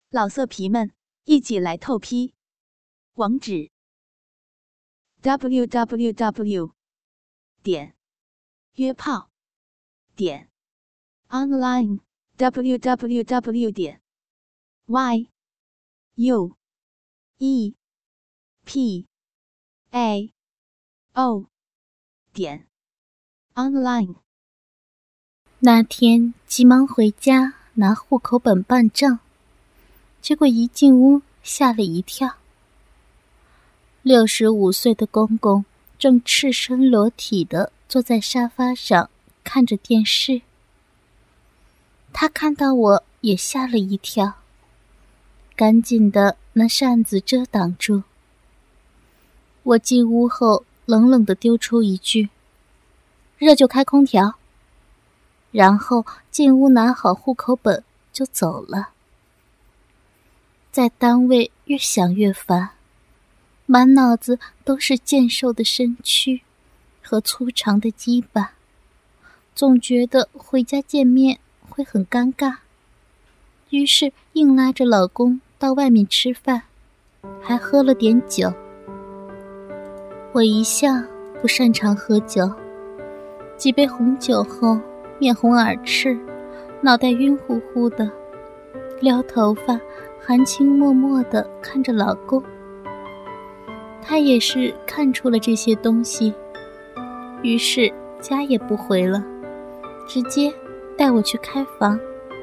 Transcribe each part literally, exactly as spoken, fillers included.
老色皮们，一起来透批！网址 ：double u double u double u 点约炮点 online double u double u double u 点 y u e p a o 点 online。 那天急忙回家拿户口本办证，结果一进屋吓了一跳。六十五岁的公公正赤身裸体地坐在沙发上看着电视。他看到我也吓了一跳，赶紧地拿扇子遮挡住。我进屋后冷冷地丢出一句：“热就开空调。”然后进屋拿好户口本就走了。在单位越想越烦，满脑子都是健硕的身躯和粗长的鸡巴，总觉得回家见面会很尴尬，于是硬拉着老公到外面吃饭，还喝了点酒。我一向不擅长喝酒，几杯红酒后面红耳赤，脑袋晕乎乎的，撩头发，含情脉脉地看着老公。他也是看出了这些东西，于是家也不回了，直接带我去开房。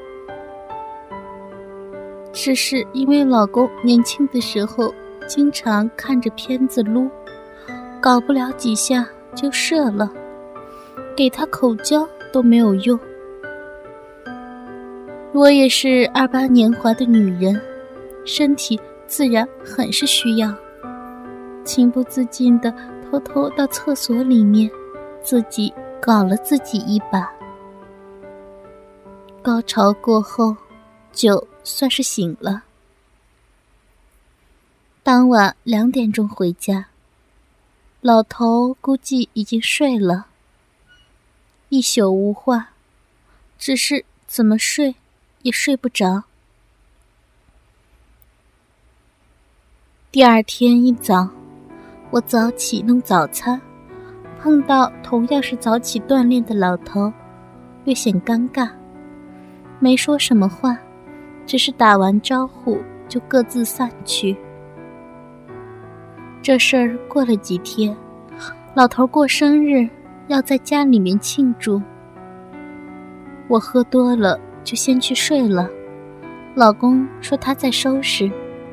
只是因为老公年轻的时候经常看着片子撸，搞不了几下就射了，给他口交都没有用。我也是二八年华的女人，身体自然很是需要，情不自禁地偷偷到厕所里面，自己搞了自己一把。高潮过后，酒算是醒了。当晚两点钟回家，老头估计已经睡了，一宿无话，只是怎么睡也睡不着。第二天一早，我早起弄早餐，碰到同样是早起锻炼的老头，略显尴尬，没说什么话，只是打完招呼就各自散去。这事儿过了几天，老头过生日，要在家里面庆祝。我喝多了就先去睡了，老公说他在收拾。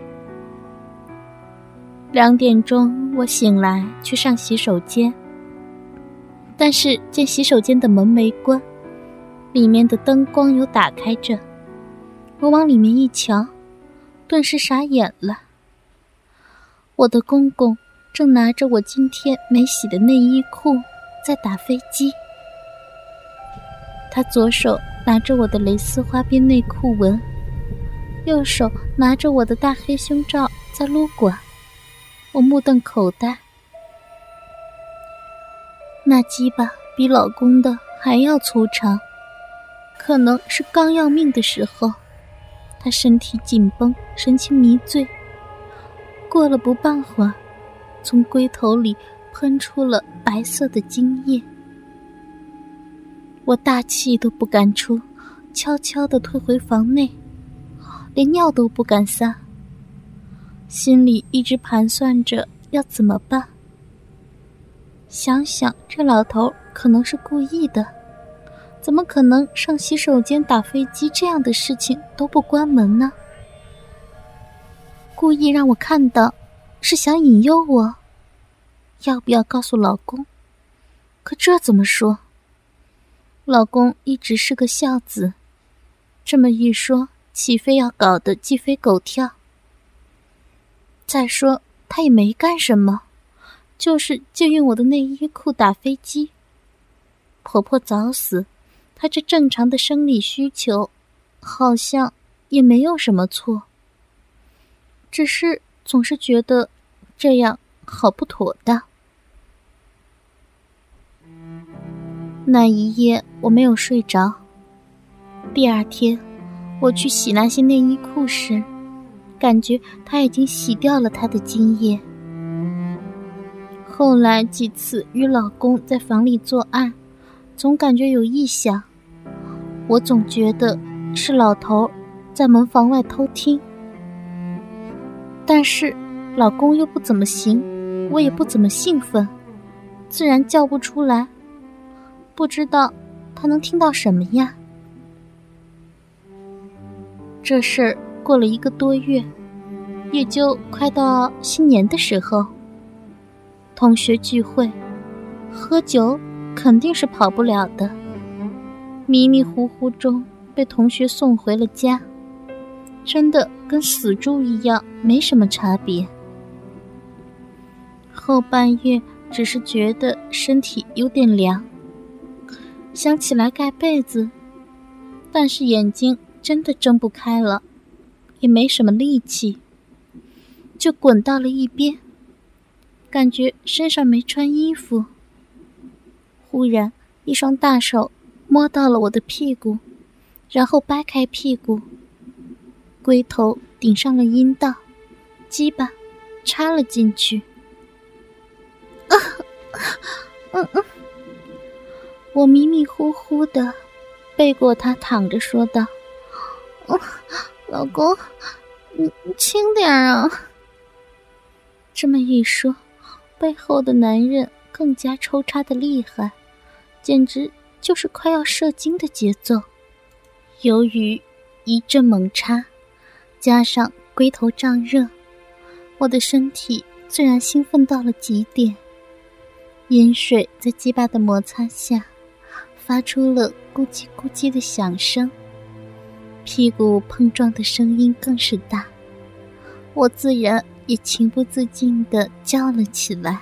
两点钟我醒来去上洗手间，但是见洗手间的门没关，里面的灯光有打开着。我往里面一瞧，顿时傻眼了。我的公公正拿着我今天没洗的内衣裤在打飞机。他左手拿着我的蕾丝花边内裤纹，右手拿着我的大黑胸罩在撸管。我目瞪口呆，那鸡巴比老公的还要粗长，可能是刚要命的时候，他身体紧绷，神情迷醉。过了不半会儿，从龟头里喷出了白色的精液。我大气都不敢出，悄悄地退回房内，连尿都不敢撒，心里一直盘算着要怎么办。想想这老头可能是故意的，怎么可能上洗手间打飞机这样的事情都不关门呢？故意让我看到，是想引诱我。要不要告诉老公？可这怎么说？老公一直是个孝子，这么一说，岂非要搞得鸡飞狗跳？再说他也没干什么，就是借用我的内衣裤打飞机。婆婆早死，她这正常的生理需求好像也没有什么错，只是总是觉得这样好不妥当。那一夜我没有睡着，第二天我去洗那些内衣裤时， 感觉他已经洗掉了他的精液。后来几次与老公在房里做爱，总感觉有异响，我总觉得是老头在门房外偷听，但是老公又不怎么行，我也不怎么兴奋，自然叫不出来，不知道他能听到什么呀。这事儿过了一个多月，也就快到新年的时候，同学聚会，喝酒肯定是跑不了的，迷迷糊糊中被同学送回了家，真的跟死猪一样，没什么差别。后半夜只是觉得身体有点凉，想起来盖被子，但是眼睛真的睁不开了，也没什么力气，就滚到了一边，感觉身上没穿衣服。忽然一双大手摸到了我的屁股，然后掰开屁股，龟头顶上了阴道，鸡巴插了进去。啊，嗯嗯，我迷迷糊糊的背过他躺着说道：“哦，老公，你你轻点啊。”这么一说，背后的男人更加抽插的厉害，简直就是快要射精的节奏。由于一阵猛插，加上龟头胀热，我的身体自然兴奋到了极点，饮水在鸡巴的摩擦下发出了咕叽咕叽的响声，屁股碰撞的声音更是大，我自然也情不自禁地叫了起来。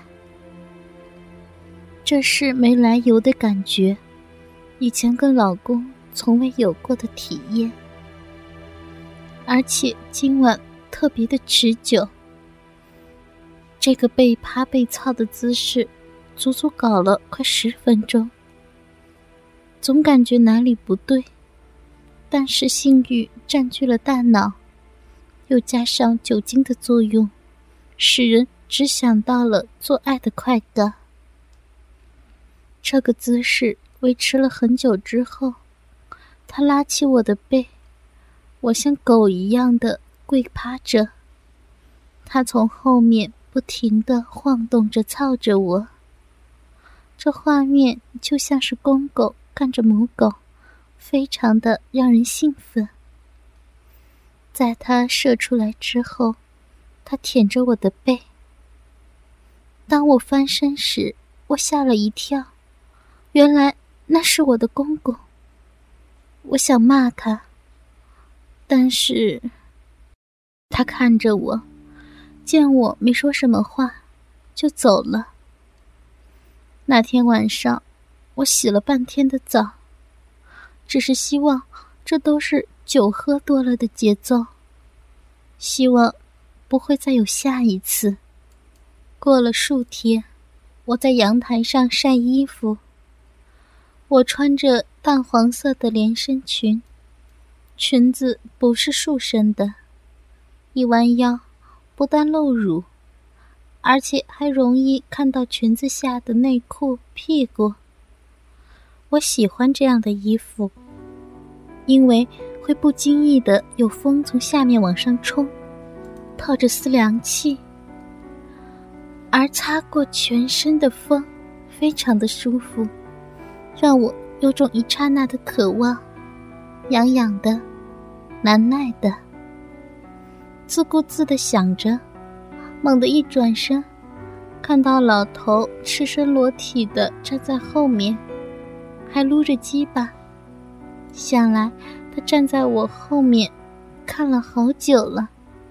这是没来由的感觉，以前跟老公从未有过的体验，而且今晚特别的持久。这个背趴背操的姿势足足搞了快十分钟，总感觉哪里不对，但是性欲占据了大脑，又加上酒精的作用，使人只想到了做爱的快感。这个姿势维持了很久之后，他拉起我的背，我像狗一样的跪趴着，他从后面不停地晃动着操着我，这画面就像是公狗干着母狗，非常的让人兴奋。在他射出来之后，他舔着我的背，当我翻身时，我吓了一跳，原来那是我的公公。我想骂他，但是他看着我，见我没说什么话，就走了。那天晚上，我洗了半天的澡，只是希望这都是酒喝多了的节奏，希望不会再有下一次。过了数天，我在阳台上晒衣服，我穿着淡黄色的连身裙，裙子不是束身的，一弯腰不但露乳，而且还容易看到裙子下的内裤屁股。我喜欢这样的衣服，因为会不经意的有风从下面往上冲，透着丝凉气，而擦过全身的风非常的舒服，让我有种一刹那的渴望，痒痒的，难耐的。自顾自地想着，猛地一转身，看到老头赤身裸体地站在后面，还撸着鸡巴，想来他站在我后面看了好久了。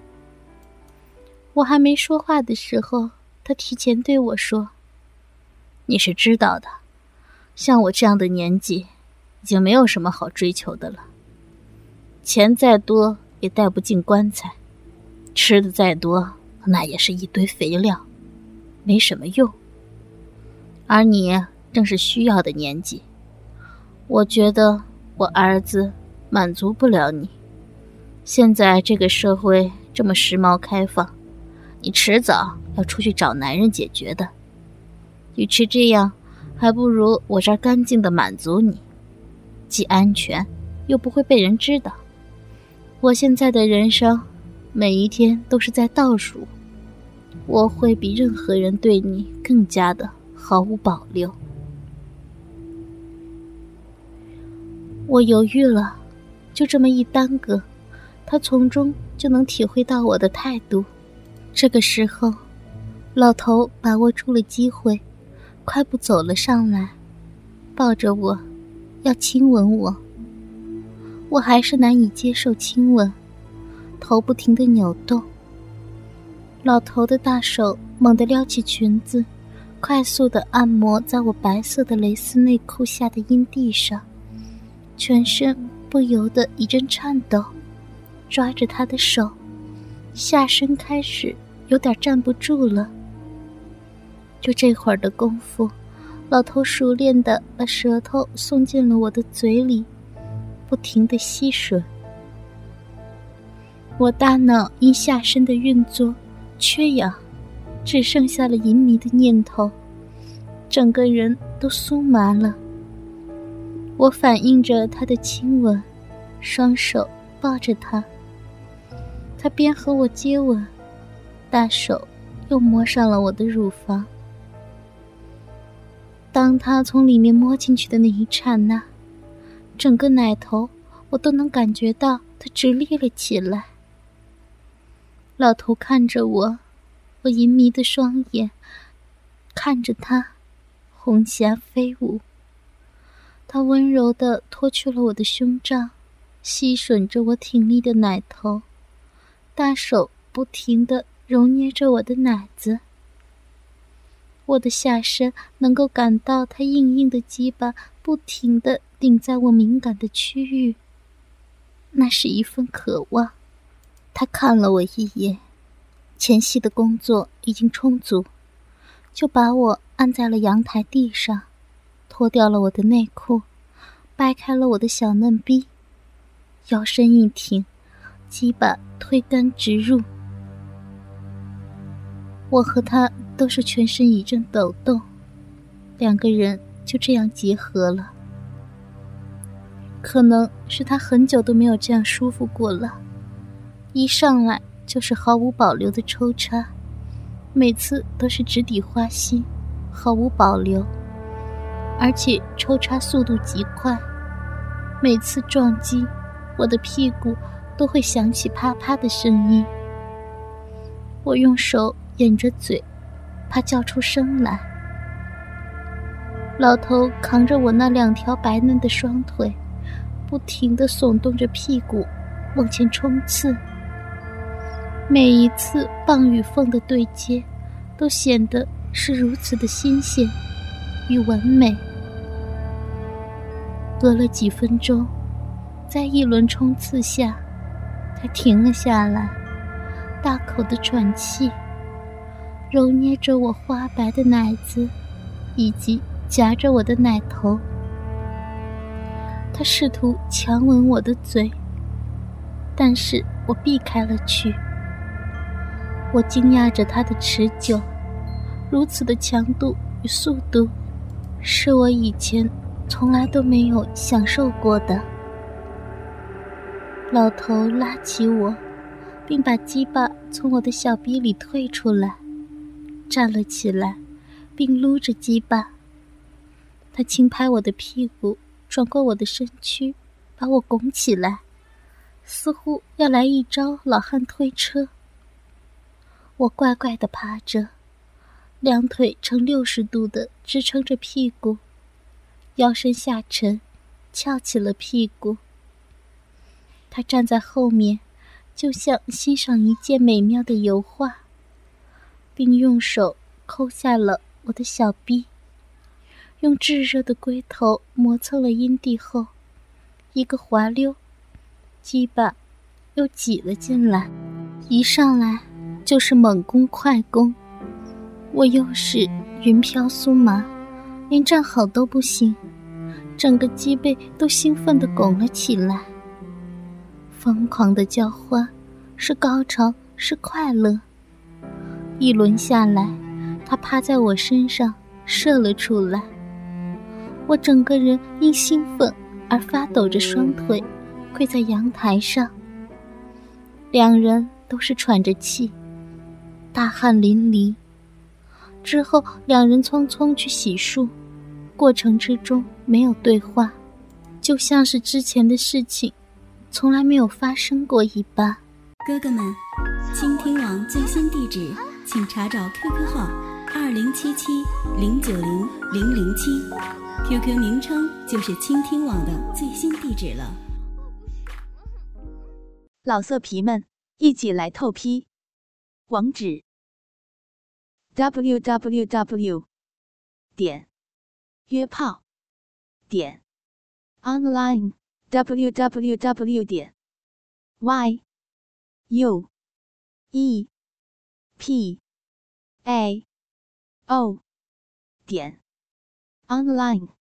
我还没说话的时候，他提前对我说：“你是知道的，像我这样的年纪，已经没有什么好追求的了。钱再多也带不进棺材，吃的再多，那也是一堆肥料，没什么用。而你正是需要的年纪，我觉得我儿子满足不了你。现在这个社会这么时髦开放，你迟早要出去找男人解决的。与其这样，还不如我这儿干净的满足你，既安全又不会被人知道。我现在的人生每一天都是在倒数，我会比任何人对你更加的毫无保留。我犹豫了，就这么一耽搁，他从中就能体会到我的态度。这个时候，老头把握住了机会，快步走了上来，抱着我，要亲吻我。我还是难以接受亲吻，头不停地扭动。老头的大手猛地撩起裙子，快速地按摩在我白色的蕾丝内裤下的阴蒂上，全身不由得一阵颤抖，抓着他的手，下身开始有点站不住了。就这会儿的功夫，老头熟练地把舌头送进了我的嘴里，不停地吸吮。我大脑因下身的运作缺氧，只剩下了淫迷的念头，整个人都酥麻了。我反应着他的亲吻，双手抱着他，他边和我接吻，大手又摸上了我的乳房。当他从里面摸进去的那一刹那，整个奶头我都能感觉到它直立了起来。老头看着我，我淫迷的双眼看着他，红霞飞舞。他温柔地脱去了我的胸罩，吸吮着我挺立的奶头，大手不停地揉捏着我的奶子。我的下身能够感到他硬硬的鸡巴不停地顶在我敏感的区域，那是一份渴望。他看了我一眼，前戏的工作已经充足，就把我按在了阳台地上，脱掉了我的内裤，掰开了我的小嫩逼，腰身一挺，鸡巴推杆直入。我和他都是全身一阵抖动，两个人就这样结合了。可能是他很久都没有这样舒服过了，一上来就是毫无保留的抽插，每次都是直抵花心，毫无保留，而且抽插速度极快，每次撞击我的屁股都会响起啪啪的声音。我用手掩着嘴，怕叫出声来。老头扛着我那两条白嫩的双腿，不停地耸动着屁股往前冲刺。每一次棒与缝的对接都显得是如此的新鲜与完美。隔了几分钟，在一轮冲刺下，他停了下来，大口的喘气，揉捏着我花白的奶子，以及夹着我的奶头。他试图强吻我的嘴，但是我避开了去。我惊讶着他的持久，如此的强度与速度，是我以前从来都没有享受过的。老头拉起我，并把鸡巴从我的小逼里退出来，站了起来，并撸着鸡巴。他轻拍我的屁股，转过我的身躯，把我拱起来，似乎要来一招老汉推车。我乖乖地趴着，两腿呈六十度地支撑着屁股，腰身下沉，翘起了屁股。他站在后面，就像欣赏一件美妙的油画，并用手抠下了我的小臂，用炙热的龟头磨蹭了阴蒂后，一个滑溜，鸡巴又挤了进来，一上来就是猛攻快攻。我又是云飘酥麻，连站好都不行，整个脊背都兴奋地拱了起来，疯狂的叫唤， 是高潮，是快乐。一轮下来，他趴在我身上射了出来，我整个人因兴奋而发抖着双腿跪在阳台上。两人都是喘着气，大汗淋漓。之后两人匆匆去洗漱，过程之中没有对话，就像是之前的事情从来没有发生过一般。 哥哥们，倾听网最新地址请查找 Q Q 号二零七七零九零零零七 ，Q Q 名称就是倾听网的最新地址了。 老色皮们，一起来透批！网址 ：double-u double-u double-u 点约炮点 online double-u double-u double-u 点 y u e p a o 点 online。